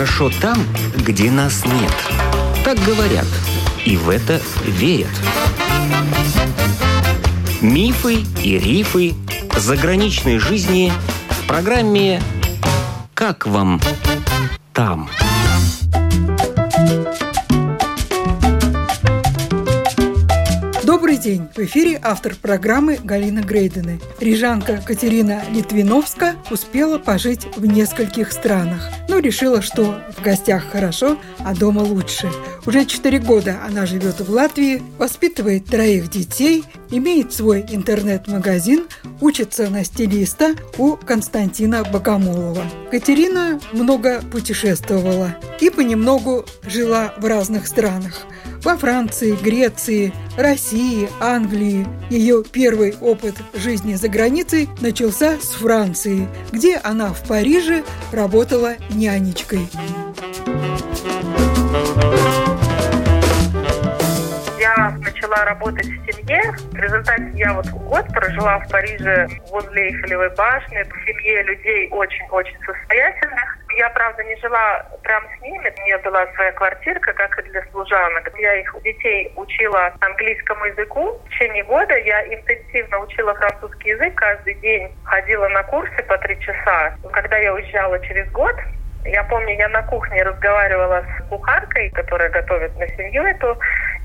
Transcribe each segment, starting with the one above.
хорошо там, где нас нет. Так говорят, и в это верят. Мифы и рифы заграничной жизни в программе «Как вам там?». Добрый день! В эфире автор программы Галина Грейдены. Рижанка Катерина Литвиновска успела пожить в нескольких странах, но решила, что в гостях хорошо, а дома лучше. Уже 4 года она живет в Латвии, воспитывает 3 детей, имеет свой интернет-магазин, учится на стилиста у Константина Богомолова. Катерина много путешествовала и понемногу жила в разных странах. Во Франции, Греции, России, Англии. Ее первый опыт жизни за границей начался с Франции, где она в Париже работала нянечкой. Я начала работать в семье. В результате я год прожила в Париже возле Эйфелевой башни, в семье людей очень-очень состоятельных. Я, правда, не жила прямо с ними. У меня была своя квартирка, как и для служанок. Я их детей учила английскому языку. В течение года я интенсивно учила французский язык. Каждый день ходила на курсы по 3 часа. Когда я уезжала через год, я помню, я на кухне разговаривала с кухаркой, которая готовит на семью эту,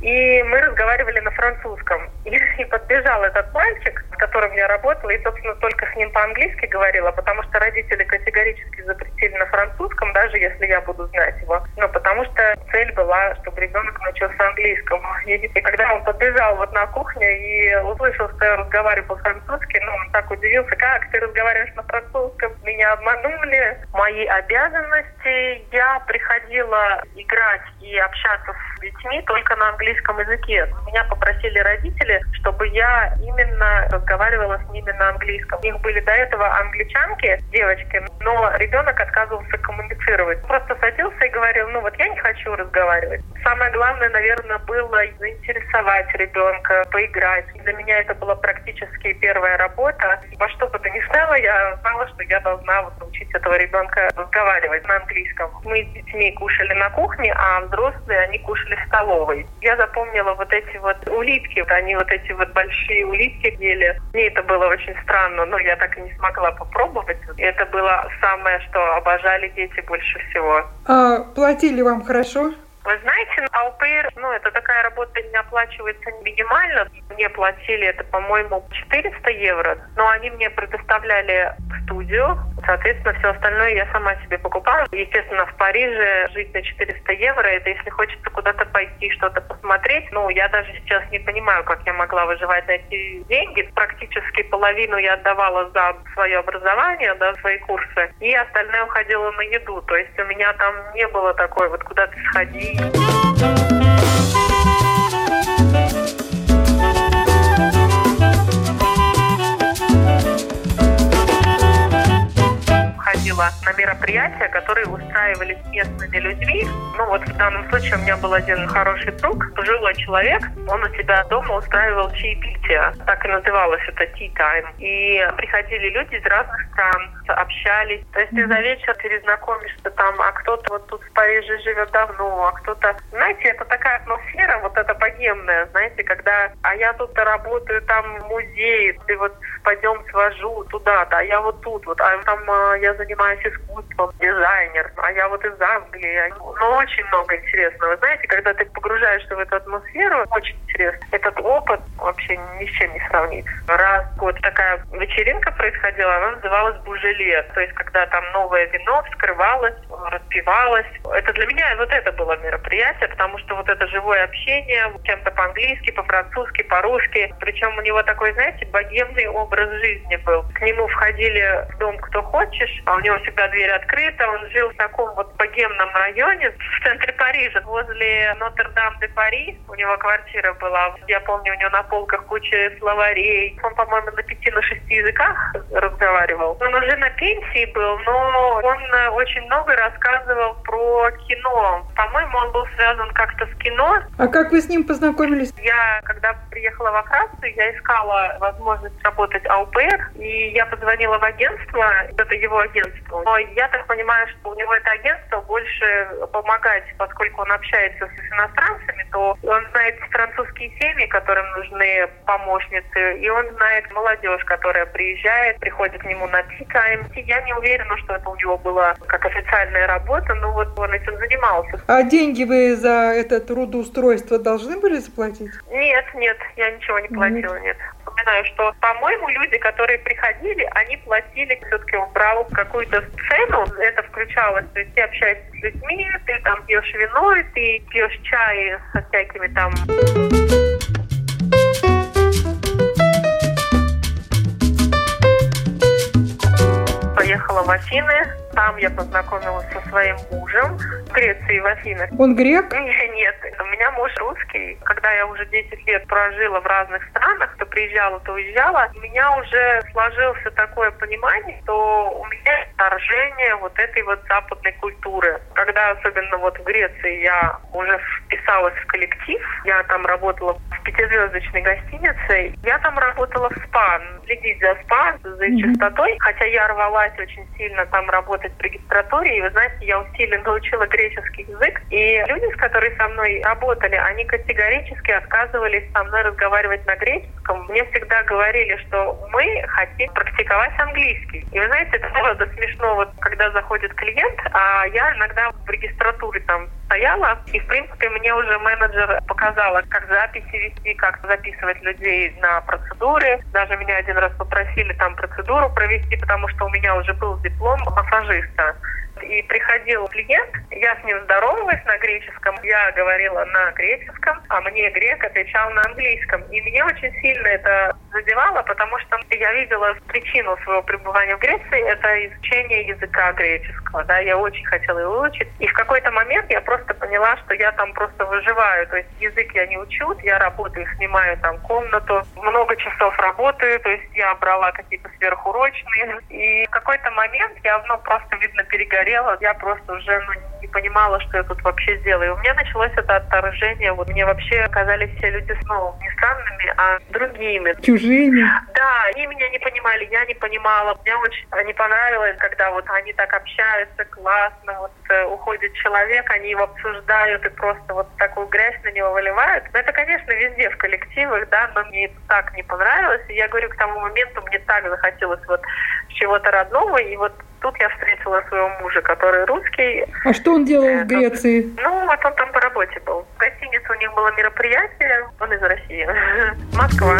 и мы разговаривали на французском. И подбежал этот мальчик, с которым я работала, и, собственно, только с ним по-английски говорила, потому что родители категорически запретили на французском, даже если я буду знать его. Потому что цель была, чтобы ребенок научился английскому. И когда он подбежал на кухню и услышал, что я разговариваю по-французски, он так удивился: как ты разговариваешь на французском? Меня обманули. Мои обязанности: я приходила играть и общаться с детьми только на английском языке. Меня попросили родители, чтобы я именно разговаривала с ними на английском. У них были до этого англичанки, девочки, но ребенок отказывался коммуницировать. Просто садился и говорил: я не хочу разговаривать. Самое главное, наверное, было заинтересовать ребенка, поиграть. Для меня это была практически первая работа. Во что бы то ни стало, я знала, что я должна научить этого ребенка разговаривать на английском. Мы с детьми кушали на кухне, а взрослые, они кушали в столовой. Я запомнила эти улитки. Они эти большие улитки ели. Мне это было очень странно, но я так и не смогла попробовать. Это было самое, что обожали дети больше всего. А платили вам хорошо? Вы знаете, ау-пейр, это такая работа, не оплачивается минимально. Мне платили это, по-моему, 400 евро, но они мне предоставляли студию. Соответственно, все остальное я сама себе покупала. Естественно, в Париже жить на 400 евро, это если хочется куда-то пойти, что-то посмотреть. Я даже сейчас не понимаю, как я могла выживать на эти деньги. Практически половину я отдавала за свое образование, свои курсы, и остальное уходило на еду. То есть у меня там не было такой куда-то сходить. Ходила на мероприятия, которые устраивались местными людьми. В данном случае у меня был один хороший друг, пожилой человек. Он у себя дома устраивал чаепитие. Так и называлось это tea time. И приходили люди из разных стран, общались. То есть ты за вечер перезнакомишься там, а кто-то тут в Париже живет давно, а кто-то... Знаете, это такая атмосфера, эта богемная, знаете, когда... А я тут работаю там в музее, ты пойдем свожу туда-то, а я тут, а там я занимаюсь искусством, дизайнер, а я из Англии. Очень много интересного. Знаете, когда ты погружаешься в эту атмосферу, очень интересно. Этот опыт вообще ни с чем не сравнить. Раз в год такая вечеринка происходила, она называлась «Бужеле». То есть, когда там новое вино вскрывалось, распивалось. Это для меня это было мероприятие, потому что это живое общение, чем-то по-английски, по-французски, по-русски. Причем у него такой, знаете, богемный образ жизни был. К нему входили в дом кто хочешь, а у него всегда дверь открыта. Он жил в таком богемном районе в центре Парижа, возле Нотр-Дам-де-Пари. У него квартира была. Я помню, у него на полках куча словарей. Он, по-моему, на 5-6 языках разговаривал. Он уже на пенсии был, но он очень много рассказывал рассказывал про кино. По-моему, он был связан как-то с кино. А как вы с ним познакомились? Я, когда приехала во Францию, я искала возможность работать аупер, и я позвонила в агентство, это его агентство. Но я так понимаю, что у него это агентство больше помогать, поскольку он общается с иностранцами, то он знает французские семьи, которым нужны помощницы, и он знает молодежь, которая приезжает, приходит к нему на tea-time. Я не уверена, что это у него была как официальная работа, но вот он этим занимался. А деньги вы за это трудоустройство должны были заплатить? Нет, я ничего не платила, нет. Вспоминаю, что, по-моему, люди, которые приходили, они платили, все-таки он брал какую-то цену, это включалось, то есть ты общаешься с людьми, ты там пьешь вино, ты пьешь чай со всякими там... Поехала в Афины, там я познакомилась со своим мужем в Греции, в Афинах. Он грек? Нет, у меня муж русский. Когда я уже 10 лет прожила в разных странах, то приезжала, то уезжала, у меня уже сложилось такое понимание, что у меня вторжение вот этой вот западной культуры. Когда особенно вот в Греции я уже вписалась в коллектив, я там работала в 5-звездочной гостинице, я там работала в спа, следить за спа, за чистотой, хотя я рвалась очень сильно там работать в регистратуре, и вы знаете, я усиленно научила греческий язык, и люди, с которыми со мной работали, они категорически отказывались со мной разговаривать на греческом. Мне всегда говорили, что мы хотим практиковать английский. И вы знаете, это было смешно, вот когда заходит клиент, а я иногда в регистратуре там стояла, и в принципе мне уже менеджер показала, как записи вести, как записывать людей на процедуры. Даже меня один раз попросили там процедуру провести, потому что у меня уже был диплом массажиста. И приходил клиент, я с ним здоровалась на греческом, я говорила на греческом, а мне грек отвечал на английском. И меня очень сильно это задевало, потому что я видела причину своего пребывания в Греции, это изучение языка греческого. Да, я очень хотела его выучить. И в какой-то момент я просто поняла, что я там просто выживаю. То есть язык я не учу, я работаю, снимаю там комнату, много часов работаю, то есть я брала какие-то сверхурочные. И в какой-то момент я просто, видно, перегорела. Я просто уже не понимала, что я тут вообще делаю. У меня началось это отторжение. Вот мне вообще казались все люди не странными, а другими. Чужими? Да, они меня не понимали, я не понимала. Мне очень не понравилось, когда вот они так общаются, классно, вот уходит человек, они его обсуждают и просто вот такую грязь на него выливают. Но это, конечно, везде в коллективах, да, но мне это так не понравилось. И я говорю, к тому моменту мне так захотелось вот чего-то родного, и вот тут я встретила своего мужа, который русский. А что он делал в Греции? Вот он там по работе был. В гостинице у них было мероприятие, он из России. Москва.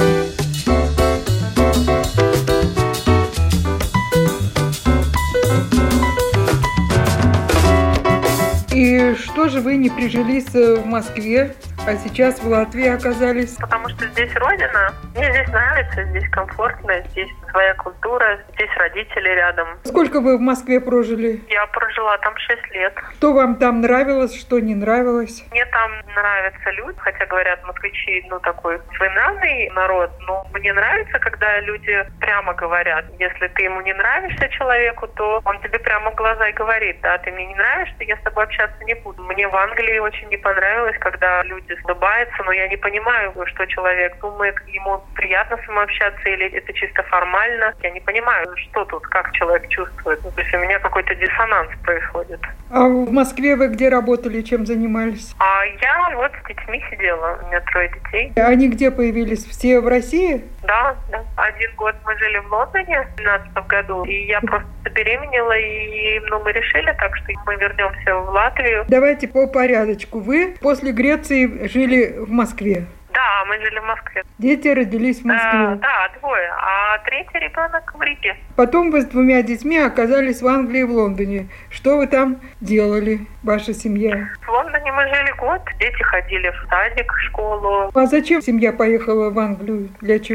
И что же вы не прижились в Москве, а сейчас в Латвии оказались? Потому что здесь родина. Мне здесь нравится, здесь комфортно, здесь своя культура, здесь родители рядом. Сколько вы в Москве прожили? Я прожила там 6 лет. Что вам там нравилось, что не нравилось? Мне там нравятся люди, хотя говорят, москвичи, такой своенравный народ, но мне нравится, когда люди прямо говорят. Если ты ему не нравишься человеку, то он тебе прямо в глаза и говорит, да, ты мне не нравишься, я с тобой общаться не буду. Мне в Англии очень не понравилось, когда люди улыбаются, но я не понимаю, что человек думает, ему приятно с ним общаться или это чисто формально. Я не понимаю, что тут, как человек чувствует. То есть у меня какой-то диссонанс происходит. А в Москве вы где работали, чем занимались? А я вот с детьми сидела, у меня 3 детей. А они где появились? Все в России? Да. 1 год мы жили в Лондоне в 2012 году, и я просто забеременела, и мы решили так, что мы вернемся в Латвию. Давайте по порядочку. Вы после Греции жили в Москве? Да, мы жили в Москве. Дети родились в Москве? Да, 2, а 3-й ребенок в Риге. Потом вы с 2 детьми оказались в Англии и в Лондоне. Что вы там делали, ваша семья? В Лондоне мы жили год, дети ходили в садик, в школу. А зачем семья поехала в Англию? Для чего?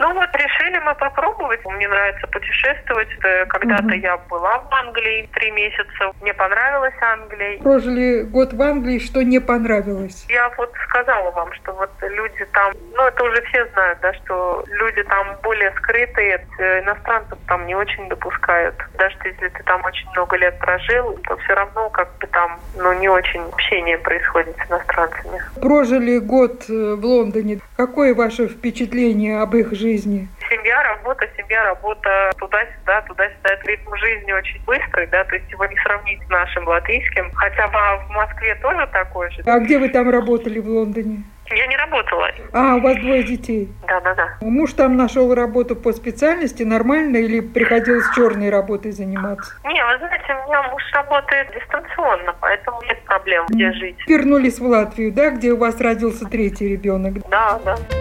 Ну вот решили мы попробовать. Мне нравится путешествовать. Когда-то я была в Англии 3 месяца. Мне понравилась Англия. Прожили год в Англии, что не понравилось? Я вот сказала вам, что вот люди там, это уже все знают, да, что люди там более скрытые, иностранцев там не очень допускают. Даже если ты там очень много лет прожил, то все равно как бы там, не очень общение происходит с иностранцами. Прожили год в Лондоне. Какое ваше впечатление об их жизни? Семья, работа, туда-сюда. Это ритм жизни очень быстрый, да, то есть его не сравнить с нашим латвийским. Хотя в Москве тоже такой же. А где вы там работали в Лондоне? Я не работала. У вас 2 детей? Да. Муж там нашел работу по специальности нормально или приходилось черной работой заниматься? Не, вы знаете, у меня муж работает дистанционно, поэтому нет проблем, где жить. Вернулись в Латвию, да, где у вас родился 3-й ребенок? Да.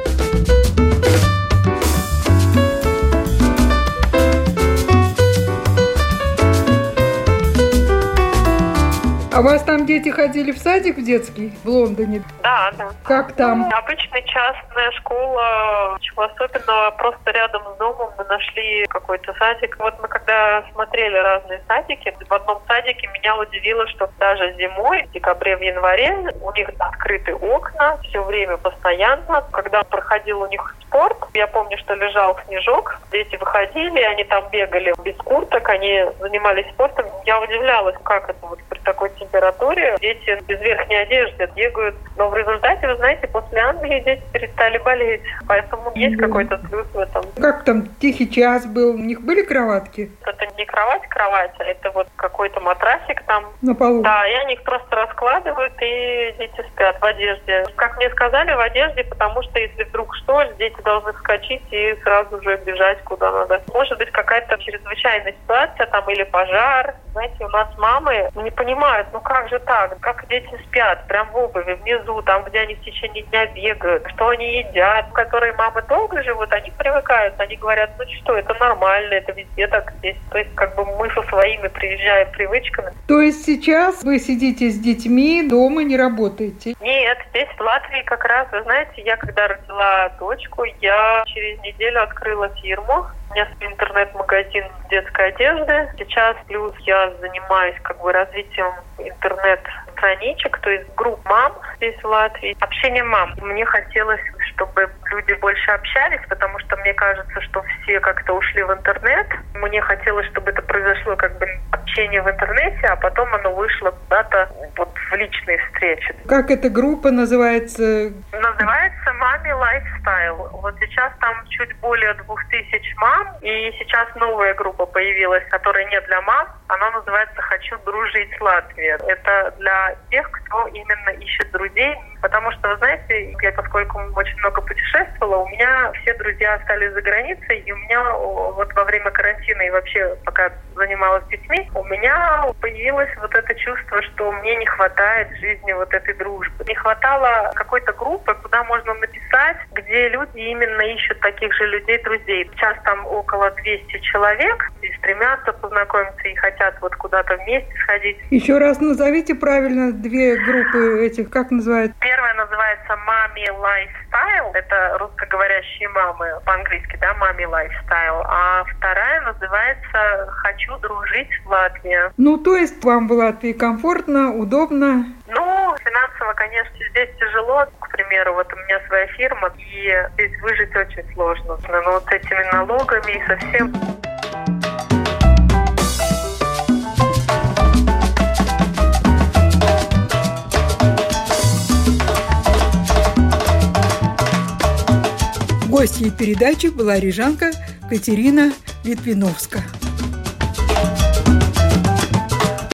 А у вас там дети ходили в садик в детский в Лондоне? Да. Как там? Обычная частная школа, ничего особенного, просто рядом с домом мы нашли какой-то садик. Вот мы когда смотрели разные садики, в одном садике меня удивило, что даже зимой, в декабре, в январе, у них открыты окна все время, постоянно. Когда проходил у них спорт, я помню, что лежал снежок, дети выходили, они там бегали без курток, они занимались спортом. Я удивлялась, как это вот при такой температуре дети без верхней одежды бегают. Но в результате, вы знаете, после Англии дети перестали болеть. Поэтому есть какой-то плюс в этом. Как там тихий час был? У них были кроватки? Это не кровать, а это вот какой-то матрасик там. На полу? Да, и они их просто раскладывают, и дети спят в одежде. Как мне сказали, в одежде, потому что если вдруг что, дети должны вскочить и сразу же бежать куда надо. Может быть, какая-то чрезвычайная ситуация там или пожар. Знаете, у нас мамы не понимают, как же так? Как дети спят? Прям в обуви, внизу, там, где они в течение дня бегают, что они едят. Которые мамы долго живут, они привыкают. Они говорят, что, это нормально, это везде так здесь. То есть, как бы мы со своими приезжаем привычками. То есть сейчас вы сидите с детьми, дома не работаете? Нет, здесь в Латвии как раз, вы знаете, я когда родила дочку, я через неделю открыла фирму. У меня интернет-магазин детской одежды. Сейчас плюс я занимаюсь развитием интернет-страничек, то есть групп мам здесь в Латвии. Общение мам. Мне хотелось, чтобы люди больше общались, потому что мне кажется, что все как-то ушли в интернет. Мне хотелось, чтобы это произошло общение в интернете, а потом оно вышло куда-то в личные встречи. Как эта группа называется? Называется «Mommy Lifestyle». Вот сейчас там чуть более 2000 мам, и сейчас новая группа появилась, которая не для мам. Она называется «Хочу дружить с Латвией». Это для тех, кто именно ищет друзей. Потому что, вы знаете, я поскольку очень много путешествовала, у меня все друзья остались за границей, и у меня во время карантина и вообще пока занималась детьми, у меня появилось это чувство, что мне не хватает в жизни этой дружбы. Не хватало какой-то группы, куда можно написать, где люди именно ищут таких же людей, друзей. Сейчас там около 200 человек, и стремятся познакомиться, и хотят куда-то вместе сходить. Еще раз назовите правильно 2 группы этих, как называют? Первая называется Mommy Lifestyle, это русскоговорящие мамы, по-английски, да, Mommy Lifestyle, а вторая называется «Хочу дружить в Латвии». То есть вам в Латвии комфортно, удобно? Финансово, конечно, здесь тяжело. К примеру, у меня своя фирма, и здесь выжить очень сложно. Но с этими налогами и совсем... Гостьей передачи была рижанка Катерина Литвиновская.